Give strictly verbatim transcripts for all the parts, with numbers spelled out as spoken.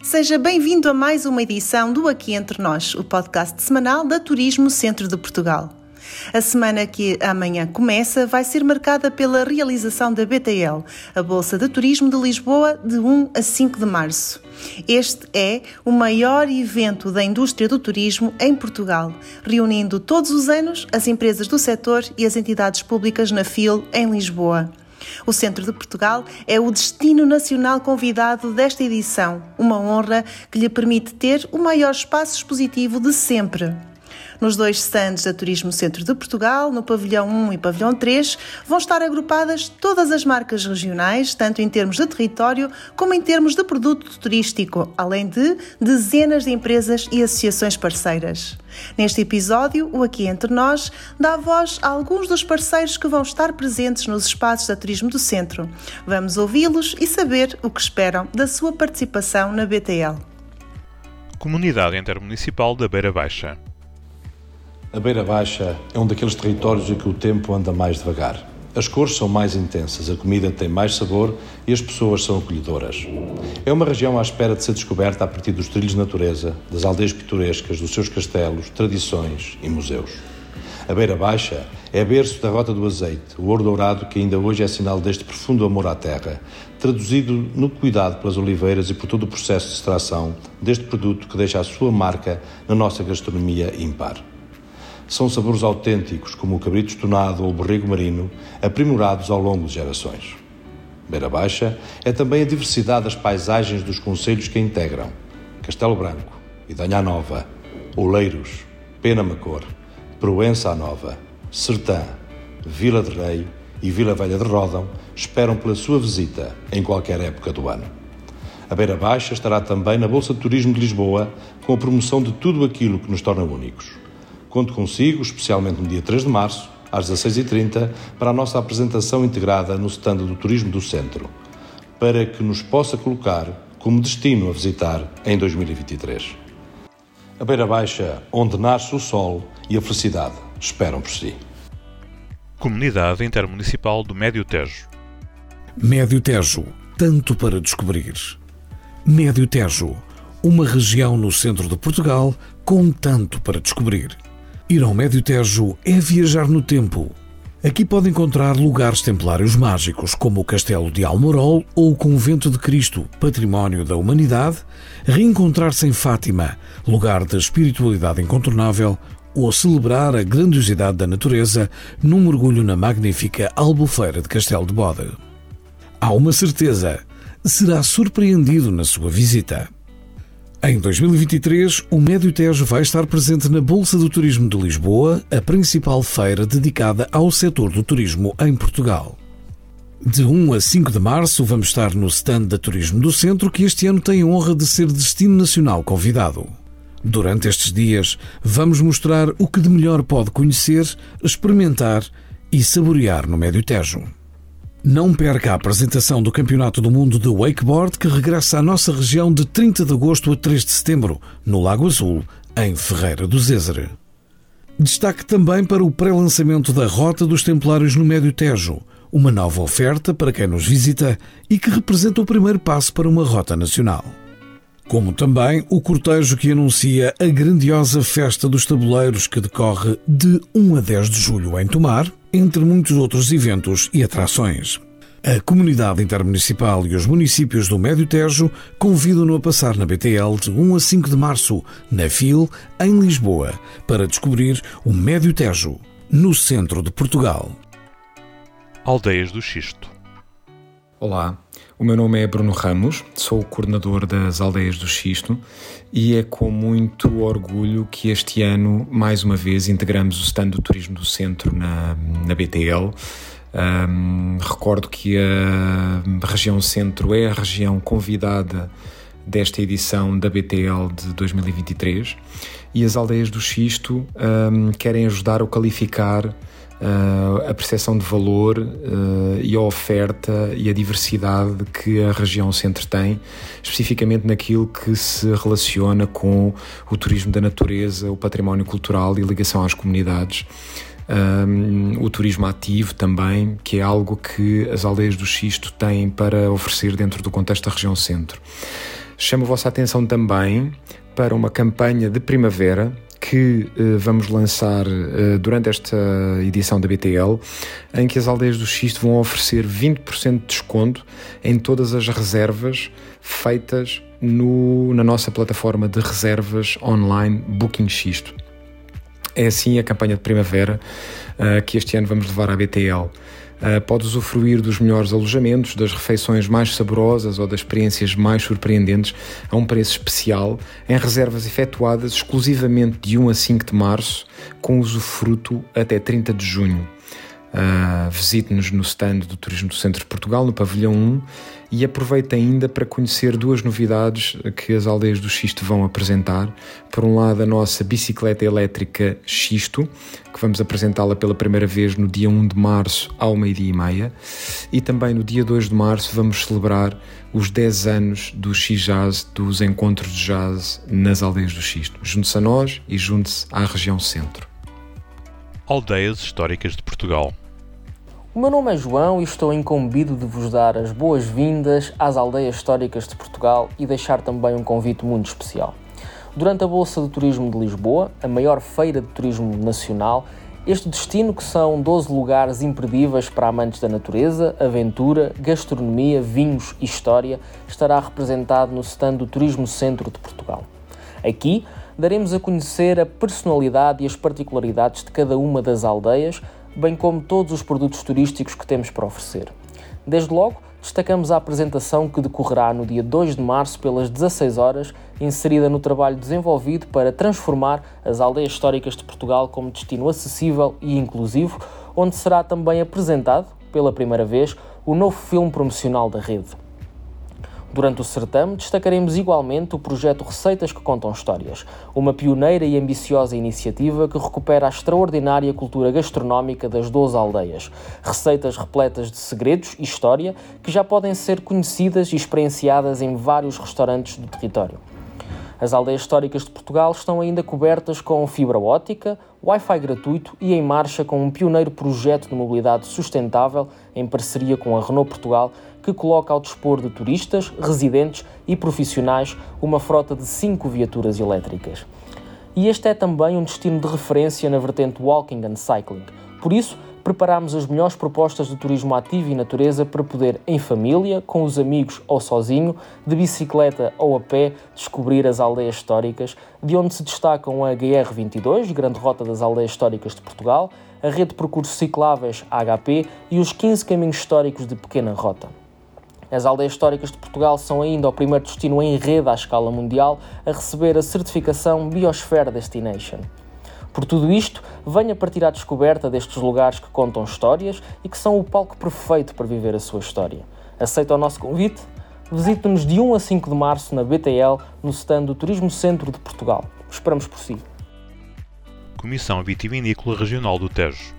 Seja bem-vindo a mais uma edição do Aqui Entre Nós, o podcast semanal da Turismo Centro de Portugal. A semana que amanhã começa vai ser marcada pela realização da B T L, a Bolsa de Turismo de Lisboa, de um a cinco de março. Este é o maior evento da indústria do turismo em Portugal, reunindo todos os anos as empresas do setor e as entidades públicas na F I L em Lisboa. O Centro de Portugal é o destino nacional convidado desta edição, uma honra que lhe permite ter o maior espaço expositivo de sempre. Nos dois stands da Turismo Centro de Portugal, no Pavilhão um e Pavilhão três, vão estar agrupadas todas as marcas regionais, tanto em termos de território como em termos de produto turístico, além de dezenas de empresas e associações parceiras. Neste episódio, o Aqui Entre Nós dá voz a alguns dos parceiros que vão estar presentes nos espaços da Turismo do Centro. Vamos ouvi-los e saber o que esperam da sua participação na B T L. Comunidade Intermunicipal da Beira Baixa. A Beira Baixa é um daqueles territórios em que o tempo anda mais devagar. As cores são mais intensas, a comida tem mais sabor e as pessoas são acolhedoras. É uma região à espera de ser descoberta a partir dos trilhos de natureza, das aldeias pitorescas, dos seus castelos, tradições e museus. A Beira Baixa é berço da Rota do Azeite, o ouro dourado que ainda hoje é sinal deste profundo amor à terra, traduzido no cuidado pelas oliveiras e por todo o processo de extração deste produto que deixa a sua marca na nossa gastronomia ímpar. São sabores autênticos, como o cabrito estonado ou o borrego marino, aprimorados ao longo de gerações. Beira Baixa é também a diversidade das paisagens dos concelhos que a integram: Castelo Branco, Idanha Nova, Oleiros, Penamacor, Proença à Nova, Sertã, Vila de Rei e Vila Velha de Ródão esperam pela sua visita em qualquer época do ano. A Beira Baixa estará também na Bolsa de Turismo de Lisboa, com a promoção de tudo aquilo que nos torna únicos. Conto consigo, especialmente no dia três de março, às dezasseis e trinta, para a nossa apresentação integrada no stand do Turismo do Centro, para que nos possa colocar como destino a visitar em dois mil e vinte e três. A Beira Baixa, onde nasce o sol e a felicidade, esperam por si. Comunidade Intermunicipal do Médio Tejo. Médio Tejo, tanto para descobrir. Médio Tejo, uma região no centro de Portugal com tanto para descobrir. Ir ao Médio Tejo é viajar no tempo. Aqui pode encontrar lugares templários mágicos, como o Castelo de Almorol ou o Convento de Cristo, património da humanidade, reencontrar-se em Fátima, lugar de espiritualidade incontornável, ou celebrar a grandiosidade da natureza num mergulho na magnífica Albufeira de Castelo de Bode. Há uma certeza, será surpreendido na sua visita. Em dois mil e vinte e três, o Médio Tejo vai estar presente na Bolsa do Turismo de Lisboa, a principal feira dedicada ao setor do turismo em Portugal. De um a cinco de março vamos estar no stand da Turismo do Centro, que este ano tem a honra de ser destino nacional convidado. Durante estes dias, vamos mostrar o que de melhor pode conhecer, experimentar e saborear no Médio Tejo. Não perca a apresentação do Campeonato do Mundo de Wakeboard, que regressa à nossa região de trinta de agosto a três de setembro, no Lago Azul, em Ferreira do Zézere. Destaque também para o pré-lançamento da Rota dos Templários no Médio Tejo, uma nova oferta para quem nos visita e que representa o primeiro passo para uma rota nacional. Como também o cortejo que anuncia a grandiosa Festa dos Tabuleiros, que decorre de um a dez de julho em Tomar, entre muitos outros eventos e atrações. A Comunidade Intermunicipal e os municípios do Médio Tejo convidam-no a passar na B T L de um a cinco de março, na F I L, em Lisboa, para descobrir o Médio Tejo, no centro de Portugal. Aldeias do Xisto. Olá, o meu nome é Bruno Ramos, sou o coordenador das Aldeias do Xisto e é com muito orgulho que este ano, mais uma vez, integramos o stand do Turismo do Centro na, na B T L. Um, recordo que a região Centro é a região convidada desta edição da B T L de dois mil e vinte e três e as Aldeias do Xisto um, querem ajudar a qualificar Uh, a percepção de valor uh, e a oferta e a diversidade que a região Centro tem, especificamente naquilo que se relaciona com o turismo da natureza, o património cultural e ligação às comunidades. Um, o turismo ativo também, que é algo que as Aldeias do Xisto têm para oferecer dentro do contexto da região Centro. Chamo a vossa atenção também para uma campanha de primavera que uh, vamos lançar uh, durante esta edição da B T L, em que as Aldeias do Xisto vão oferecer vinte por cento de desconto em todas as reservas feitas no, na nossa plataforma de reservas online Booking Xisto. É assim a campanha de primavera uh, que este ano vamos levar à B T L. Uh, pode usufruir dos melhores alojamentos, das refeições mais saborosas ou das experiências mais surpreendentes a um preço especial, em reservas efetuadas exclusivamente de um a cinco de março, com usufruto até trinta de junho. Uh, visite-nos no stand do Turismo do Centro de Portugal, no pavilhão um, e aproveite ainda para conhecer duas novidades que as Aldeias do Xisto vão apresentar. Por um lado, a nossa bicicleta elétrica Xisto, que vamos apresentá-la pela primeira vez no dia um de março ao meio-dia e meia, e também no dia dois de março vamos celebrar os dez anos do X-Jazz, dos encontros de jazz nas Aldeias do Xisto. Junte-se a nós e junte-se à região centro. Aldeias Históricas de Portugal. O meu nome é João e estou incumbido de vos dar as boas-vindas às Aldeias Históricas de Portugal e deixar também um convite muito especial. Durante a Bolsa de Turismo de Lisboa, a maior feira de turismo nacional, este destino, que são doze lugares imperdíveis para amantes da natureza, aventura, gastronomia, vinhos e história, estará representado no stand do Turismo Centro de Portugal. Aqui, daremos a conhecer a personalidade e as particularidades de cada uma das aldeias, bem como todos os produtos turísticos que temos para oferecer. Desde logo, destacamos a apresentação que decorrerá no dia dois de março pelas dezasseis horas, inserida no trabalho desenvolvido para transformar as Aldeias Históricas de Portugal como destino acessível e inclusivo, onde será também apresentado, pela primeira vez, o novo filme promocional da rede. Durante o certame, destacaremos igualmente o projeto Receitas que Contam Histórias, uma pioneira e ambiciosa iniciativa que recupera a extraordinária cultura gastronómica das doze aldeias, receitas repletas de segredos e história que já podem ser conhecidas e experienciadas em vários restaurantes do território. As Aldeias Históricas de Portugal estão ainda cobertas com fibra óptica, Wi-Fi gratuito e em marcha com um pioneiro projeto de mobilidade sustentável em parceria com a Renault Portugal, que coloca ao dispor de turistas, residentes e profissionais uma frota de cinco viaturas elétricas. E este é também um destino de referência na vertente walking and cycling. Por isso, preparámos as melhores propostas de turismo ativo e natureza para poder, em família, com os amigos ou sozinho, de bicicleta ou a pé, descobrir as aldeias históricas, de onde se destacam a G R vinte e dois, Grande Rota das Aldeias Históricas de Portugal, a rede de percursos cicláveis A H P e os quinze caminhos históricos de pequena rota. As Aldeias Históricas de Portugal são ainda o primeiro destino em rede à escala mundial a receber a certificação Biosphere Destination. Por tudo isto, venha partir à descoberta destes lugares que contam histórias e que são o palco perfeito para viver a sua história. Aceita o nosso convite? Visite-nos de um a cinco de março na B T L, no stand do Turismo Centro de Portugal. Esperamos por si. Comissão Vitivinícola Regional do Tejo.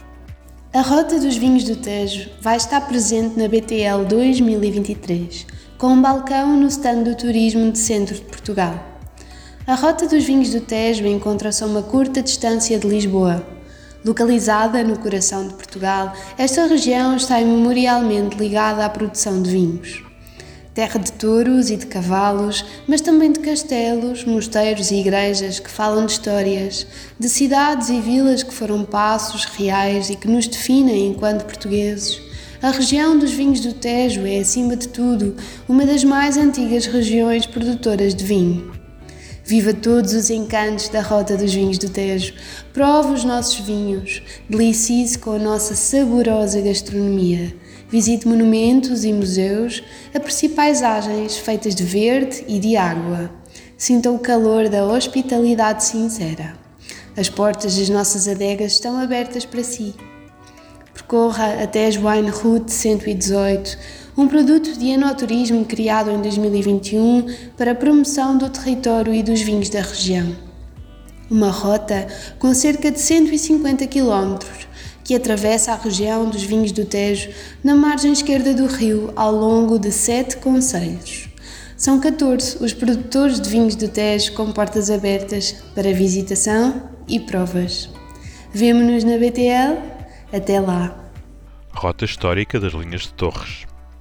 A Rota dos Vinhos do Tejo vai estar presente na B T L dois mil e vinte e três, com um balcão no stand do Turismo de Centro de Portugal. A Rota dos Vinhos do Tejo encontra-se a uma curta distância de Lisboa. Localizada no coração de Portugal, esta região está imemorialmente ligada à produção de vinhos. Terra de touros e de cavalos, mas também de castelos, mosteiros e igrejas que falam de histórias, de cidades e vilas que foram passos reais e que nos definem enquanto portugueses. A região dos vinhos do Tejo é, acima de tudo, uma das mais antigas regiões produtoras de vinho. Viva todos os encantos da Rota dos Vinhos do Tejo, prove os nossos vinhos, delicie-se com a nossa saborosa gastronomia, visite monumentos e museus, aprecie paisagens feitas de verde e de água, sinta o calor da hospitalidade sincera. As portas das nossas adegas estão abertas para si. Percorra a Tejo Wine Route cento e dezoito, um produto de enoturismo criado em dois mil e vinte e um para a promoção do território e dos vinhos da região. Uma rota com cerca de cento e cinquenta quilómetros, que atravessa a região dos vinhos do Tejo na margem esquerda do rio ao longo de sete concelhos. São catorze os produtores de vinhos do Tejo com portas abertas para visitação e provas. Vemo-nos na B T L. Até lá! Rota Histórica das Linhas de Torres.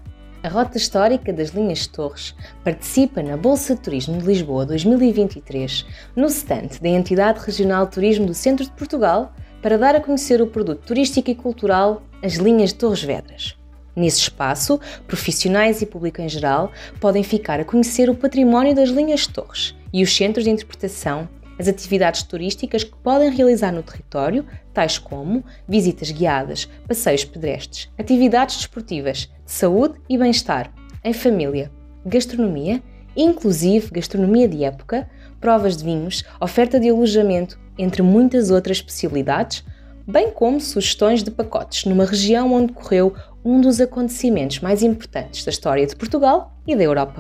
A Rota Histórica das Linhas Torres participa na Bolsa de Turismo de Lisboa dois mil e vinte e três no stand da Entidade Regional de Turismo do Centro de Portugal para dar a conhecer o produto turístico e cultural As Linhas de Torres Vedras. Nesse espaço, profissionais e público em geral podem ficar a conhecer o património das linhas de torres e os centros de interpretação, as atividades turísticas que podem realizar no território, tais como visitas guiadas, passeios pedestres, atividades desportivas, de saúde e bem-estar, em família, gastronomia, inclusive gastronomia de época, provas de vinhos, oferta de alojamento, entre muitas outras especialidades, bem como sugestões de pacotes numa região onde decorreu um dos acontecimentos mais importantes da história de Portugal e da Europa.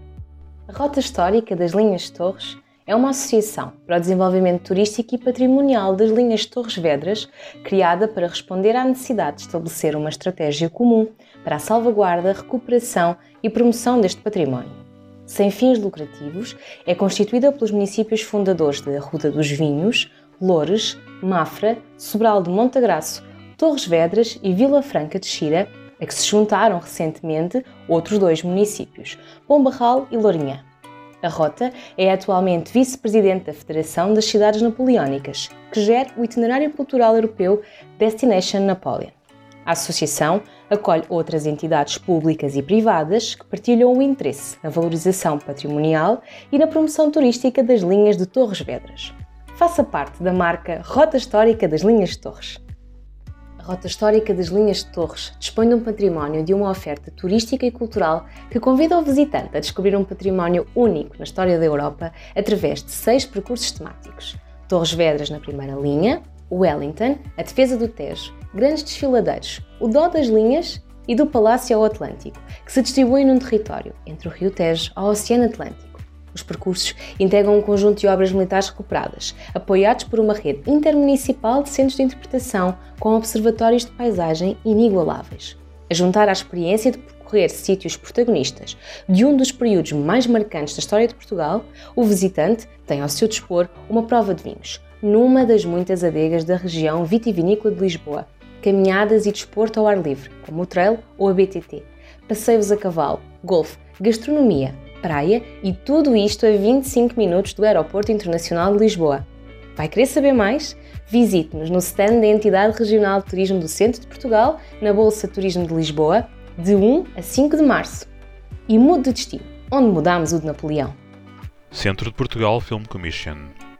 A Rota Histórica das Linhas de Torres é uma associação para o desenvolvimento turístico e patrimonial das Linhas de Torres Vedras, criada para responder à necessidade de estabelecer uma estratégia comum para a salvaguarda, recuperação e promoção deste património. Sem fins lucrativos, é constituída pelos municípios fundadores de Arruda dos Vinhos, Loures, Mafra, Sobral de Montagraço, Torres Vedras e Vila Franca de Xira, a que se juntaram recentemente outros dois municípios, Pombarral e Lourinhã. A Rota é atualmente vice-presidente da Federação das Cidades Napoleónicas, que gera o itinerário cultural europeu Destination Napoleon. A associação acolhe outras entidades públicas e privadas que partilham o interesse na valorização patrimonial e na promoção turística das linhas de Torres Vedras. Faça parte da marca Rota Histórica das Linhas de Torres. A Rota Histórica das Linhas de Torres dispõe de um património de uma oferta turística e cultural que convida o visitante a descobrir um património único na história da Europa através de seis percursos temáticos. Torres Vedras na primeira linha, Wellington, a Defesa do Tejo, grandes desfiladeiros, o Dó das Linhas e do Palácio ao Atlântico, que se distribuem num território entre o Rio Tejo ao Oceano Atlântico. Os percursos integram um conjunto de obras militares recuperadas, apoiados por uma rede intermunicipal de centros de interpretação com observatórios de paisagem inigualáveis. A juntar à experiência de percorrer sítios protagonistas de um dos períodos mais marcantes da história de Portugal, o visitante tem ao seu dispor uma prova de vinhos, numa das muitas adegas da região vitivinícola de Lisboa, caminhadas e desporto ao ar livre, como o trail ou a B T T, passeios a cavalo, golfe, gastronomia, praia e tudo isto a vinte e cinco minutos do Aeroporto Internacional de Lisboa. Vai querer saber mais? Visite-nos no stand da Entidade Regional de Turismo do Centro de Portugal, na Bolsa de Turismo de Lisboa, de um a cinco de março. E mude de destino, onde mudamos o de Napoleão. Centro de Portugal Film Commission.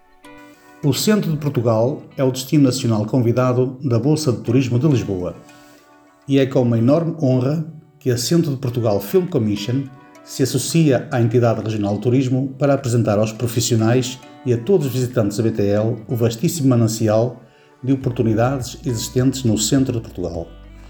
O Centro de Portugal é o destino nacional convidado da Bolsa de Turismo de Lisboa. E é com uma enorme honra que a Centro de Portugal Film Commission se associa à Entidade Regional de Turismo para apresentar aos profissionais e a todos os visitantes da B T L o vastíssimo manancial de oportunidades existentes no Centro de Portugal.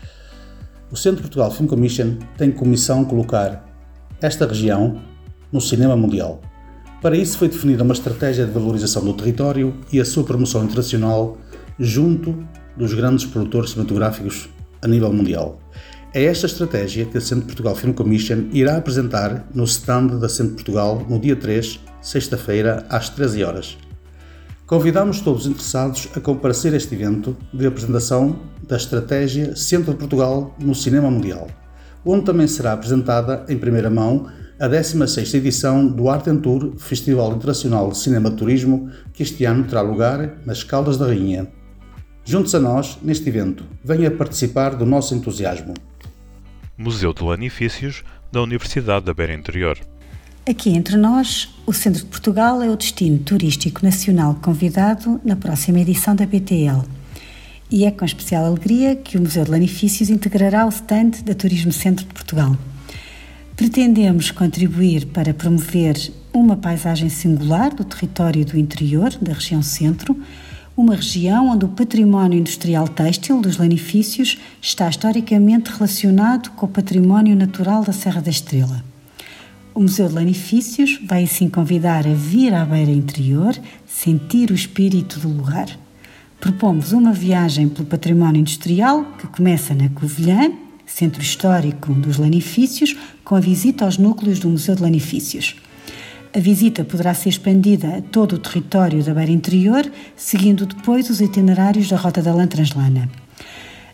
O Centro de Portugal Film Commission tem como missão colocar esta região no cinema mundial. Para isso foi definida uma estratégia de valorização do território e a sua promoção internacional junto dos grandes produtores cinematográficos a nível mundial. É esta estratégia que a Centro de Portugal Film Commission irá apresentar no stand da Centro de Portugal no dia três, sexta-feira, às treze horas. Convidamos todos os interessados a comparecer a este evento de apresentação da estratégia Centro de Portugal no Cinema Mundial, onde também será apresentada em primeira mão a décima sexta edição do Art and Tour Festival Internacional de Cinema de Turismo, que este ano terá lugar nas Caldas da Rainha. Junte-se a nós neste evento. Venha participar do nosso entusiasmo. Museu de Lanifícios da Universidade da Beira Interior. Aqui entre nós, o Centro de Portugal é o destino turístico nacional convidado na próxima edição da B T L. E é com especial alegria que o Museu de Lanifícios integrará o stand da Turismo Centro de Portugal. Pretendemos contribuir para promover uma paisagem singular do território do interior, da região centro, uma região onde o património industrial têxtil dos lanifícios está historicamente relacionado com o património natural da Serra da Estrela. O Museu de Lanifícios vai assim convidar a vir à beira interior, sentir o espírito do lugar. Propomos uma viagem pelo património industrial que começa na Covilhã, centro histórico dos lanifícios, com a visita aos núcleos do Museu de Lanifícios. A visita poderá ser expandida a todo o território da beira interior, seguindo depois os itinerários da Rota da Lã Translana.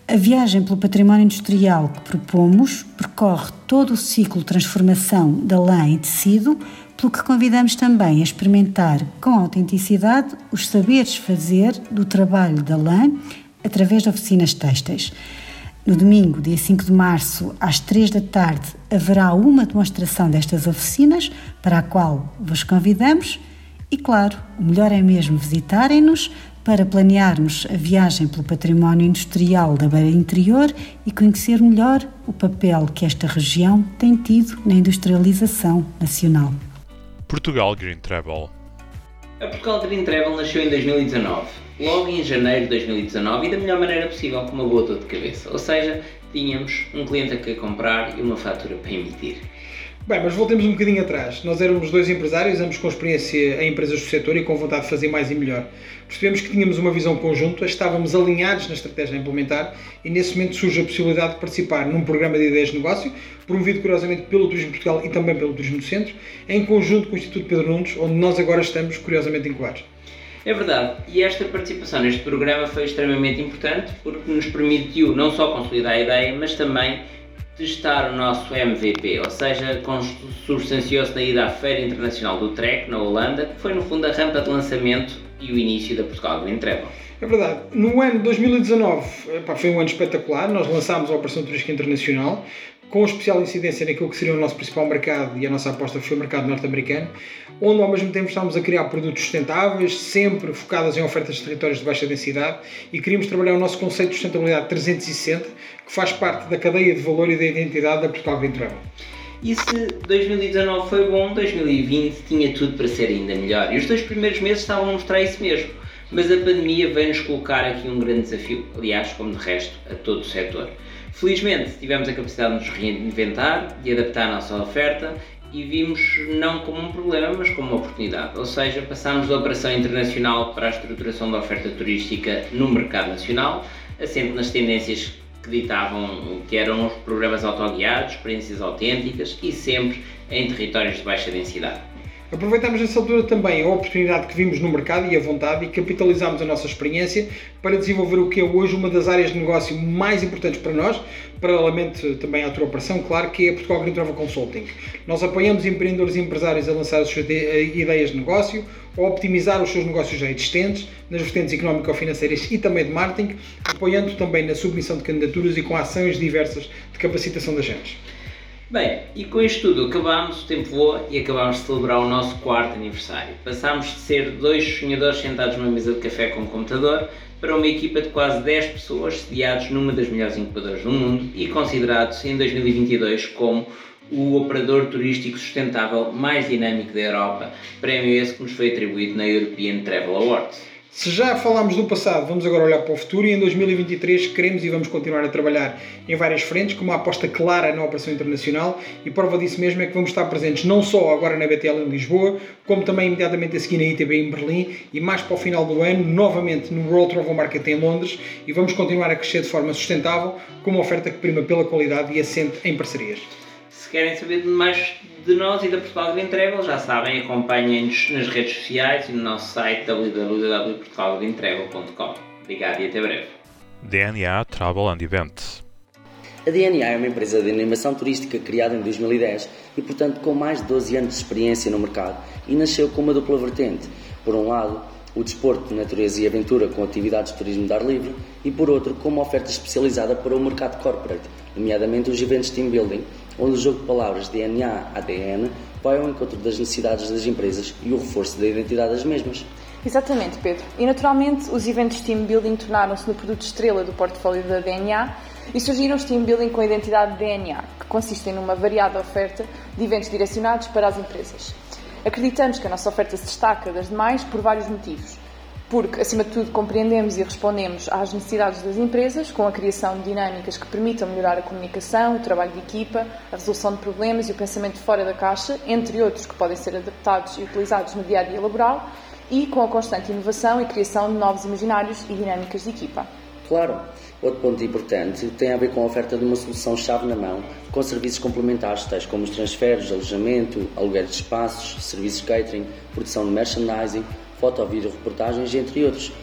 A viagem pelo património industrial que propomos percorre todo o ciclo de transformação da lã em tecido, pelo que convidamos também a experimentar com autenticidade os saberes fazer do trabalho da lã através de oficinas têxteis. No domingo, dia cinco de março, às três da tarde, haverá uma demonstração destas oficinas, para a qual vos convidamos e, claro, o melhor é mesmo visitarem-nos para planearmos a viagem pelo património industrial da Beira Interior e conhecer melhor o papel que esta região tem tido na industrialização nacional. Portugal Green Travel. A Portugal Green Travel nasceu em dois mil e dezanove, logo em janeiro de dois mil e dezanove, e da melhor maneira possível, com uma boa dor de cabeça. Ou seja, tínhamos um cliente a que comprar e uma fatura para emitir. Bem, mas voltemos um bocadinho atrás. Nós éramos dois empresários, ambos com experiência em empresas do setor e com vontade de fazer mais e melhor. Percebemos que tínhamos uma visão conjunta, estávamos alinhados na estratégia a implementar e nesse momento surge a possibilidade de participar num programa de ideias de negócio, promovido curiosamente pelo Turismo de Portugal e também pelo Turismo do Centro, em conjunto com o Instituto Pedro Nunes, onde nós agora estamos curiosamente incluídos. É verdade, e esta participação neste programa foi extremamente importante porque nos permitiu não só consolidar a ideia, mas também testar o nosso M V P, ou seja, substanciou-se na ida à Feira Internacional do Trek, na Holanda, que foi no fundo a rampa de lançamento e o início da Portugal Green Travel. É verdade. No ano de dois mil e dezanove epá, foi um ano espetacular, nós lançámos a Operação Turística Internacional, com especial incidência naquilo que seria o nosso principal mercado e a nossa aposta foi o mercado norte-americano, onde ao mesmo tempo estávamos a criar produtos sustentáveis, sempre focados em ofertas de territórios de baixa densidade e queríamos trabalhar o nosso conceito de sustentabilidade trezentos e sessenta, que faz parte da cadeia de valor e da identidade da Portugal Green Travel. E se dois mil e dezanove foi bom, dois mil e vinte tinha tudo para ser ainda melhor. E os dois primeiros meses estavam a mostrar isso mesmo. Mas a pandemia veio-nos colocar aqui um grande desafio, aliás, como de resto, a todo o setor. Felizmente, tivemos a capacidade de nos reinventar, de adaptar a nossa oferta e vimos não como um problema, mas como uma oportunidade. Ou seja, passámos da operação internacional para a estruturação da oferta turística no mercado nacional, assente nas tendências que ditavam que eram os programas autoguiados, experiências autênticas e sempre em territórios de baixa densidade. Aproveitámos nessa altura também a oportunidade que vimos no mercado e a vontade e capitalizámos a nossa experiência para desenvolver o que é hoje uma das áreas de negócio mais importantes para nós, paralelamente também à tua operação, claro, que é a Portugal Green Travel Consulting. Nós apoiamos empreendedores e empresários a lançar as suas ideias de negócio, a optimizar os seus negócios já existentes, nas vertentes económico-financeiras e também de marketing, apoiando também na submissão de candidaturas e com ações diversas de capacitação de agentes. Bem, e com isto tudo acabámos, o tempo voa e acabámos de celebrar o nosso quarto aniversário. Passámos de ser dois sonhadores sentados numa mesa de café com um computador para uma equipa de quase dez pessoas sediados numa das melhores incubadoras do mundo e considerados em dois mil e vinte e dois como o operador turístico sustentável mais dinâmico da Europa, prémio esse que nos foi atribuído na European Travel Awards. Se já falámos do passado, vamos agora olhar para o futuro e em dois mil e vinte e três queremos e vamos continuar a trabalhar em várias frentes, com uma aposta clara na operação internacional e prova disso mesmo é que vamos estar presentes não só agora na B T L em Lisboa, como também imediatamente a seguir na I T B em Berlim e mais para o final do ano, novamente no World Travel Market em Londres e vamos continuar a crescer de forma sustentável com uma oferta que prima pela qualidade e assente em parcerias. Se querem saber mais de nós e da Portugal Green Travel, já sabem, acompanhem-nos nas redes sociais e no nosso site w w w ponto portugal green travel ponto com. Obrigado e até breve. D N A Travel and Events. A D N A é uma empresa de animação turística criada em dois mil e dez e, portanto, com mais de doze anos de experiência no mercado e nasceu com uma dupla vertente. Por um lado, o desporto de natureza e aventura com atividades de turismo de ar livre e, por outro, com uma oferta especializada para o mercado corporate, nomeadamente os eventos team building, onde o jogo de palavras D N A A D N vai ao encontro das necessidades das empresas e o reforço da identidade das mesmas. Exatamente, Pedro. E naturalmente os eventos team building tornaram-se no produto estrela do portfólio da D N A e surgiram os team building com a identidade D N A, que consistem numa variada oferta de eventos direcionados para as empresas. Acreditamos que a nossa oferta se destaca das demais por vários motivos. Porque, acima de tudo, compreendemos e respondemos às necessidades das empresas com a criação de dinâmicas que permitam melhorar a comunicação, o trabalho de equipa, a resolução de problemas e o pensamento fora da caixa, entre outros que podem ser adaptados e utilizados no dia-a-dia laboral, e com a constante inovação e criação de novos imaginários e dinâmicas de equipa. Claro. Outro ponto importante tem a ver com a oferta de uma solução-chave na mão, com serviços complementares, tais como os transferes, alojamento, aluguer de espaços, serviços de catering, produção de merchandising, foto, vídeo, reportagens, entre outros.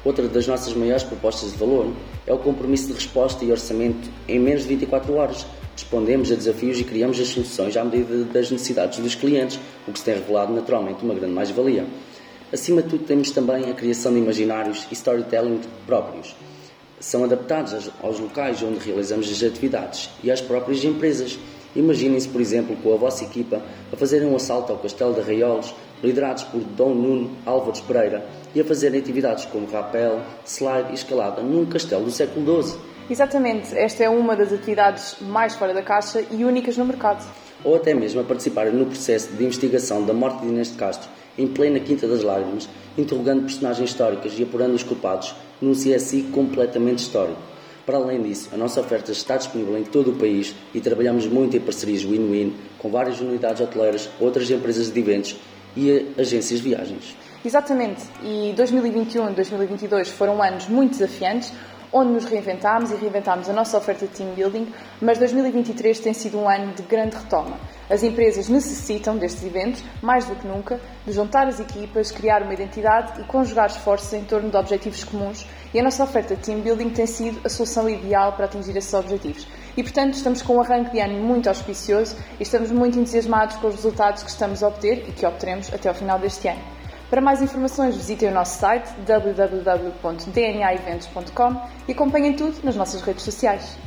Outra das nossas maiores propostas de valor é o compromisso de resposta e orçamento em menos de vinte e quatro horas. Respondemos a desafios e criamos as soluções à medida das necessidades dos clientes, o que se tem revelado naturalmente uma grande mais-valia. Acima de tudo, temos também a criação de imaginários e storytelling próprios. São adaptados aos locais onde realizamos as atividades e às próprias empresas. Imaginem-se, por exemplo, com a vossa equipa a fazerem um assalto ao Castelo de Arraiolos, liderados por Dom Nuno Álvares Pereira, e a fazerem atividades como rapel, slide e escalada num castelo do século doze. Exatamente, esta é uma das atividades mais fora da caixa e únicas no mercado. Ou até mesmo a participarem no processo de investigação da morte de Inês de Castro, em plena Quinta das Lágrimas, interrogando personagens históricas e apurando os culpados num C S I completamente histórico. Para além disso, a nossa oferta está disponível em todo o país e trabalhamos muito em parcerias win-win com várias unidades hoteleiras, outras empresas de eventos e agências de viagens. Exatamente, e dois mil e vinte e um e dois mil e vinte e dois foram anos muito desafiantes, onde nos reinventámos e reinventámos a nossa oferta de team building, mas dois mil e vinte e três tem sido um ano de grande retoma. As empresas necessitam destes eventos, mais do que nunca, de juntar as equipas, criar uma identidade e conjugar esforços em torno de objetivos comuns, e a nossa oferta de team building tem sido a solução ideal para atingir esses objetivos. E, portanto, estamos com um arranque de ano muito auspicioso e estamos muito entusiasmados com os resultados que estamos a obter e que obteremos até ao final deste ano. Para mais informações, visitem o nosso site w w w ponto d n a eventos ponto com e acompanhem tudo nas nossas redes sociais.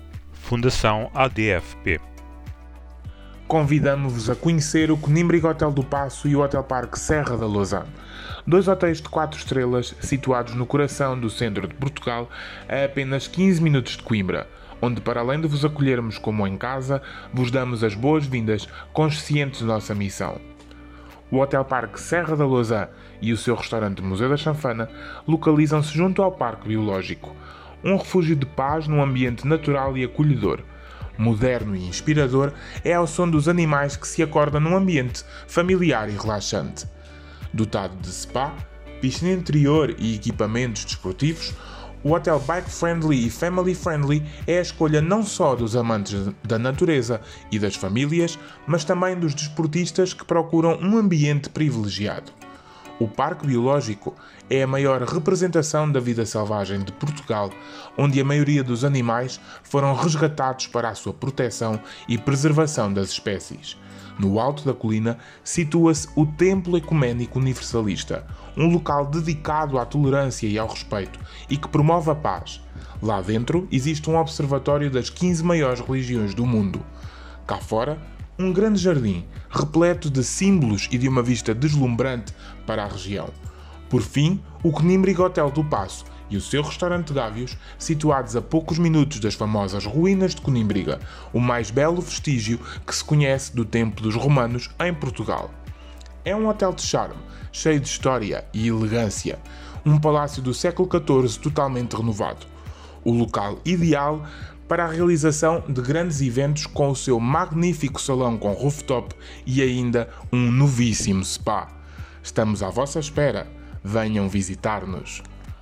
Fundação A D F P. Convidamos-vos a conhecer o Conímbriga Hotel do Paço e o Hotel Parque Serra da Lousã, dois hotéis de quatro estrelas situados no coração do centro de Portugal, a apenas quinze minutos de Coimbra, onde, para além de vos acolhermos como em casa, vos damos as boas-vindas conscientes de nossa missão. O Hotel Parque Serra da Lousã e o seu restaurante Museu da Chanfana localizam-se junto ao Parque Biológico, um refúgio de paz num ambiente natural e acolhedor. Moderno e inspirador, é ao som dos animais que se acorda num ambiente familiar e relaxante. Dotado de spa, piscina interior e equipamentos desportivos, o hotel bike-friendly e family-friendly é a escolha não só dos amantes da natureza e das famílias, mas também dos desportistas que procuram um ambiente privilegiado. O Parque Biológico é a maior representação da vida selvagem de Portugal, onde a maioria dos animais foram resgatados para a sua proteção e preservação das espécies. No alto da colina situa-se o Templo Ecuménico Universalista, um local dedicado à tolerância e ao respeito e que promove a paz. Lá dentro existe um observatório das quinze maiores religiões do mundo. Cá fora, um grande jardim, repleto de símbolos e de uma vista deslumbrante para a região. Por fim, o Conímbriga Hotel do Paço e o seu restaurante Dávios, situados a poucos minutos das famosas ruínas de Conímbriga, o mais belo vestígio que se conhece do tempo dos romanos em Portugal. É um hotel de charme, cheio de história e elegância, um palácio do século catorze totalmente renovado. O local ideal para a realização de grandes eventos com o seu magnífico salão com rooftop e ainda um novíssimo spa. Estamos à vossa espera. Venham visitar-nos.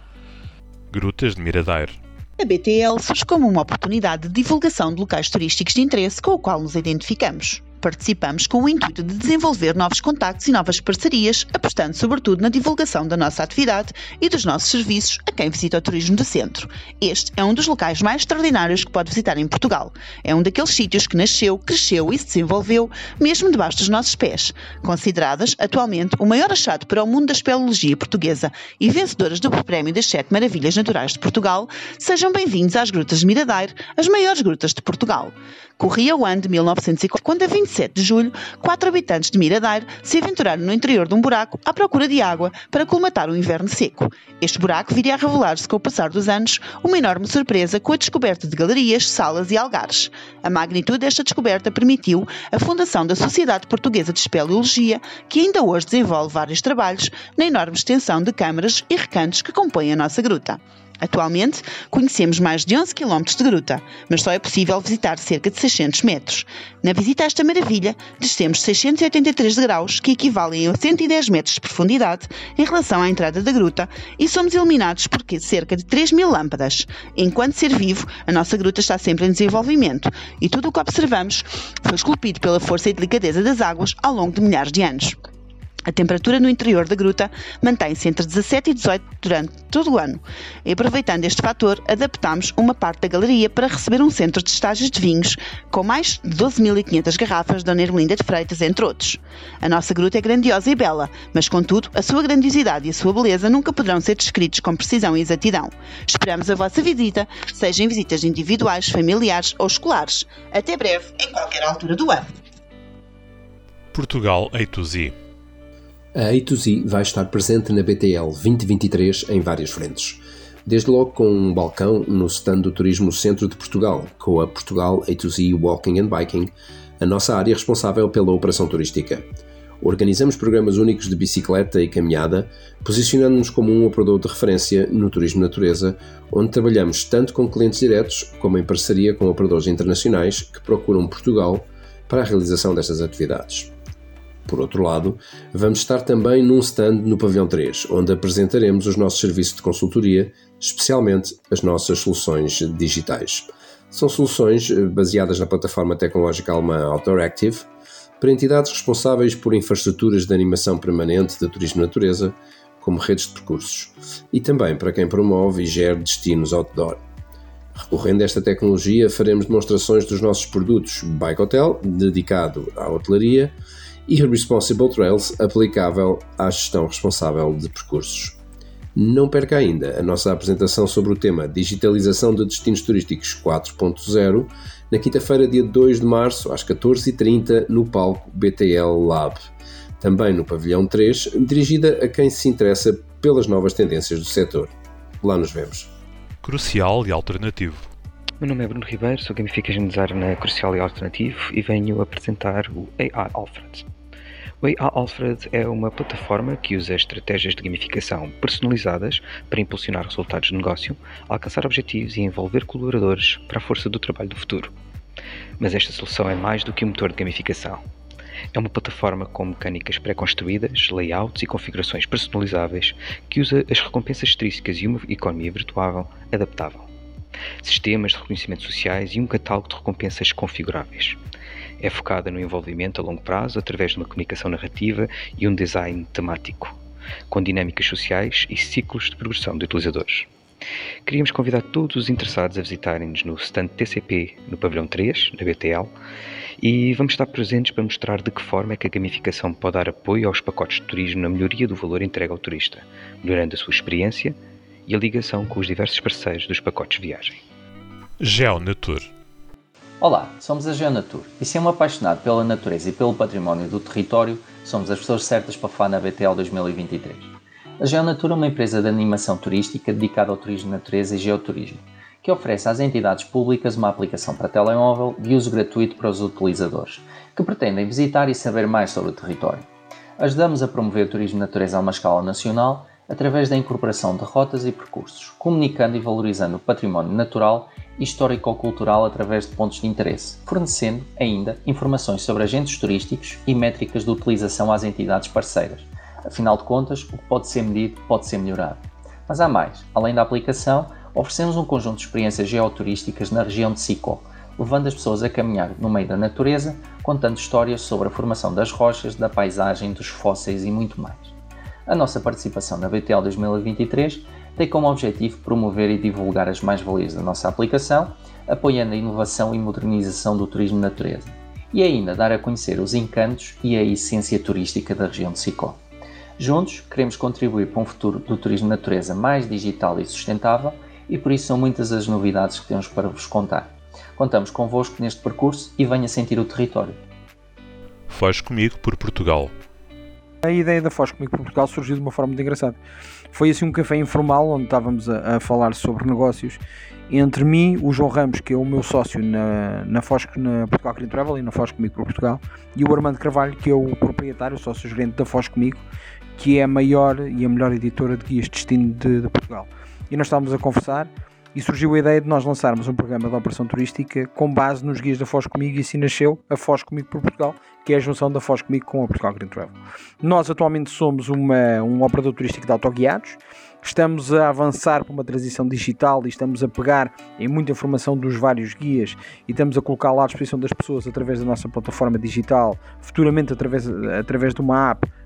Grutas de Miradouro. A B T L surge como uma oportunidade de divulgação de locais turísticos de interesse com o qual nos identificamos. Participamos com o intuito de desenvolver novos contactos e novas parcerias, apostando sobretudo na divulgação da nossa atividade e dos nossos serviços a quem visita o turismo do centro. Este é um dos locais mais extraordinários que pode visitar em Portugal. É um daqueles sítios que nasceu, cresceu e se desenvolveu mesmo debaixo dos nossos pés. Consideradas atualmente o maior achado para o mundo da espeleologia portuguesa e vencedoras do Prémio das Sete Maravilhas Naturais de Portugal, sejam bem-vindos às Grutas de Miradouro, as maiores grutas de Portugal. Corria o ano de mil novecentos e quando a vinte e sete de julho, quatro habitantes de Miradouro se aventuraram no interior de um buraco à procura de água para colmatar o inverno seco. Este buraco viria a revelar-se com o passar dos anos uma enorme surpresa com a descoberta de galerias, salas e algares. A magnitude desta descoberta permitiu a fundação da Sociedade Portuguesa de Espeleologia, que ainda hoje desenvolve vários trabalhos na enorme extensão de câmaras e recantos que compõem a nossa gruta. Atualmente, conhecemos mais de onze quilómetros de gruta, mas só é possível visitar cerca de seiscentos metros. Na visita a esta maravilha, descemos seiscentos e oitenta e três degraus, que equivalem a cento e dez metros de profundidade em relação à entrada da gruta, e somos iluminados por cerca de três mil lâmpadas. Enquanto ser vivo, a nossa gruta está sempre em desenvolvimento, e tudo o que observamos foi esculpido pela força e delicadeza das águas ao longo de milhares de anos. A temperatura no interior da gruta mantém-se entre dezassete e dezoito durante todo o ano. E aproveitando este fator, adaptámos uma parte da galeria para receber um centro de estágios de vinhos com mais de doze mil e quinhentas garrafas da Dona Ermelinda de Freitas, entre outros. A nossa gruta é grandiosa e bela, mas contudo, a sua grandiosidade e a sua beleza nunca poderão ser descritos com precisão e exatidão. Esperamos a vossa visita, seja em visitas individuais, familiares ou escolares. Até breve, em qualquer altura do ano. Portugal A to Z. A A to Z vai estar presente na B T L vinte vinte e três em várias frentes. Desde logo com um balcão no stand do Turismo Centro de Portugal, com a Portugal A to Z Walking and Biking, a nossa área responsável pela operação turística. Organizamos programas únicos de bicicleta e caminhada, posicionando-nos como um operador de referência no turismo natureza, onde trabalhamos tanto com clientes diretos como em parceria com operadores internacionais que procuram Portugal para a realização destas atividades. Por outro lado, vamos estar também num stand no Pavilhão três, onde apresentaremos os nossos serviços de consultoria, especialmente as nossas soluções digitais. São soluções baseadas na plataforma tecnológica alemã Outdoor Active, para entidades responsáveis por infraestruturas de animação permanente de turismo natureza, como redes de percursos, e também para quem promove e gera destinos outdoor. Recorrendo a esta tecnologia, faremos demonstrações dos nossos produtos Bike Hotel, dedicado à hotelaria, e Responsible Trails, aplicável à gestão responsável de percursos. Não perca ainda a nossa apresentação sobre o tema Digitalização de Destinos Turísticos quatro ponto zero, na quinta-feira, dia dois de março, às catorze e trinta, no palco B T L Lab. Também no Pavilhão três, dirigida a quem se interessa pelas novas tendências do setor. Lá nos vemos. Crucial e alternativo. Meu nome é Bruno Ribeiro, sou Gamification Designer na Crucial e Alternativo e venho apresentar o A I Alfred. O A I Alfred é uma plataforma que usa estratégias de gamificação personalizadas para impulsionar resultados de negócio, alcançar objetivos e envolver colaboradores para a força do trabalho do futuro. Mas esta solução é mais do que um motor de gamificação. É uma plataforma com mecânicas pré-construídas, layouts e configurações personalizáveis que usa as recompensas extrínsecas e uma economia virtual adaptável, sistemas de reconhecimento sociais e um catálogo de recompensas configuráveis. É focada no envolvimento a longo prazo através de uma comunicação narrativa e um design temático, com dinâmicas sociais e ciclos de progressão de utilizadores. Queríamos convidar todos os interessados a visitarem-nos no stand T C P no Pavilhão três, na B T L, e vamos estar presentes para mostrar de que forma é que a gamificação pode dar apoio aos pacotes de turismo na melhoria do valor entregue ao turista, melhorando a sua experiência e a ligação com os diversos parceiros dos pacotes de viagem. GeoNatur. Olá, somos a GeoNatur e sendo um apaixonado pela natureza e pelo património do território, somos as pessoas certas para falar na B T L dois mil e vinte e três. A GeoNatur é uma empresa de animação turística dedicada ao turismo de natureza e geoturismo, que oferece às entidades públicas uma aplicação para telemóvel de uso gratuito para os utilizadores, que pretendem visitar e saber mais sobre o território. Ajudamos a promover o turismo de natureza a uma escala nacional através da incorporação de rotas e percursos, comunicando e valorizando o património natural e histórico-cultural através de pontos de interesse, fornecendo ainda informações sobre agentes turísticos e métricas de utilização às entidades parceiras. Afinal de contas, o que pode ser medido pode ser melhorado. Mas há mais. Além da aplicação, oferecemos um conjunto de experiências geoturísticas na região de Sicó, levando as pessoas a caminhar no meio da natureza, contando histórias sobre a formação das rochas, da paisagem, dos fósseis e muito mais. A nossa participação na B T L dois mil e vinte e três tem como objetivo promover e divulgar as mais-valias da nossa aplicação, apoiando a inovação e modernização do turismo de natureza, e ainda dar a conhecer os encantos e a essência turística da região de Sicó. Juntos, queremos contribuir para um futuro do turismo de natureza mais digital e sustentável, e por isso são muitas as novidades que temos para vos contar. Contamos convosco neste percurso e venha sentir o território. Foz Comigo por Portugal. A ideia da Foz Comigo por Portugal surgiu de uma forma muito engraçada. Foi assim um café informal onde estávamos a, a falar sobre negócios entre mim, o João Ramos, que é o meu sócio na, na, Foz, na Portugal Green Travel e na Foz Comigo por Portugal, e o Armando Carvalho, que é o proprietário, o sócio-gerente da Foz Comigo, que é a maior e a melhor editora de guias de destino de, de Portugal. E nós estávamos a conversar e surgiu a ideia de nós lançarmos um programa de operação turística com base nos guias da Foz Comigo, e assim nasceu a Foz Comigo por Portugal, que é a junção da Foz Comigo com a Portugal Green Travel. Nós atualmente somos uma, um operador turístico de autoguiados, estamos a avançar para uma transição digital e estamos a pegar em muita informação dos vários guias e estamos a colocá-la à disposição das pessoas através da nossa plataforma digital, futuramente através, através de uma app,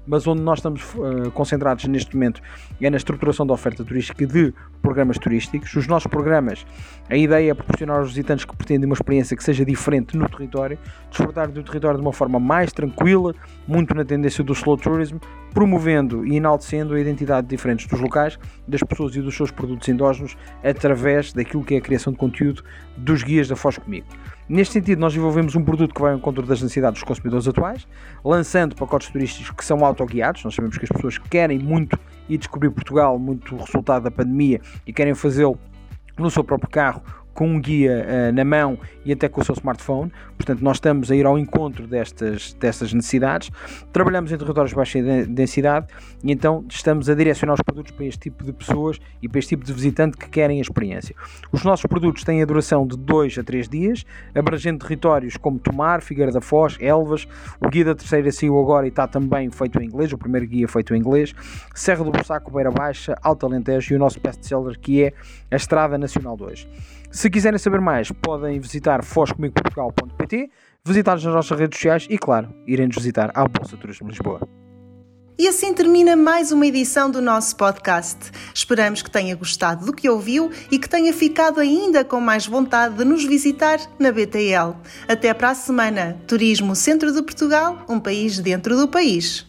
mas onde nós estamos uh, concentrados neste momento é na estruturação da oferta turística de programas turísticos. Os nossos programas, a ideia é proporcionar aos visitantes que pretendem uma experiência que seja diferente no território, desfrutar do território de uma forma mais tranquila, muito na tendência do slow tourism, promovendo e enaltecendo a identidade de diferentes dos locais, das pessoas e dos seus produtos endógenos através daquilo que é a criação de conteúdo dos guias da Foz Comigo. Neste sentido, nós desenvolvemos um produto que vai ao encontro das necessidades dos consumidores atuais, lançando pacotes turísticos que são autoguiados. Nós sabemos que as pessoas querem muito ir descobrir Portugal, muito resultado da pandemia, e querem fazê-lo no seu próprio carro, com um guia uh, na mão e até com o seu smartphone. Portanto, nós estamos a ir ao encontro destas, destas necessidades. Trabalhamos em territórios de baixa densidade e então estamos a direcionar os produtos para este tipo de pessoas e para este tipo de visitante que querem a experiência. Os nossos produtos têm a duração de dois a três dias, abrangendo territórios como Tomar, Figueira da Foz, Elvas. O guia da terceira saiu agora e está também feito em inglês, o primeiro guia feito em inglês. Serra do Bussaco, Beira Baixa, Alto Alentejo e o nosso best-seller, que é a Estrada Nacional dois. Se quiserem saber mais, podem visitar foz comigo portugal ponto pt, visitar-nos nas nossas redes sociais e, claro, irem-nos visitar à Bolsa de Turismo de Lisboa. E assim termina mais uma edição do nosso podcast. Esperamos que tenha gostado do que ouviu e que tenha ficado ainda com mais vontade de nos visitar na B T L. Até para a semana. Turismo Centro de Portugal, um país dentro do país.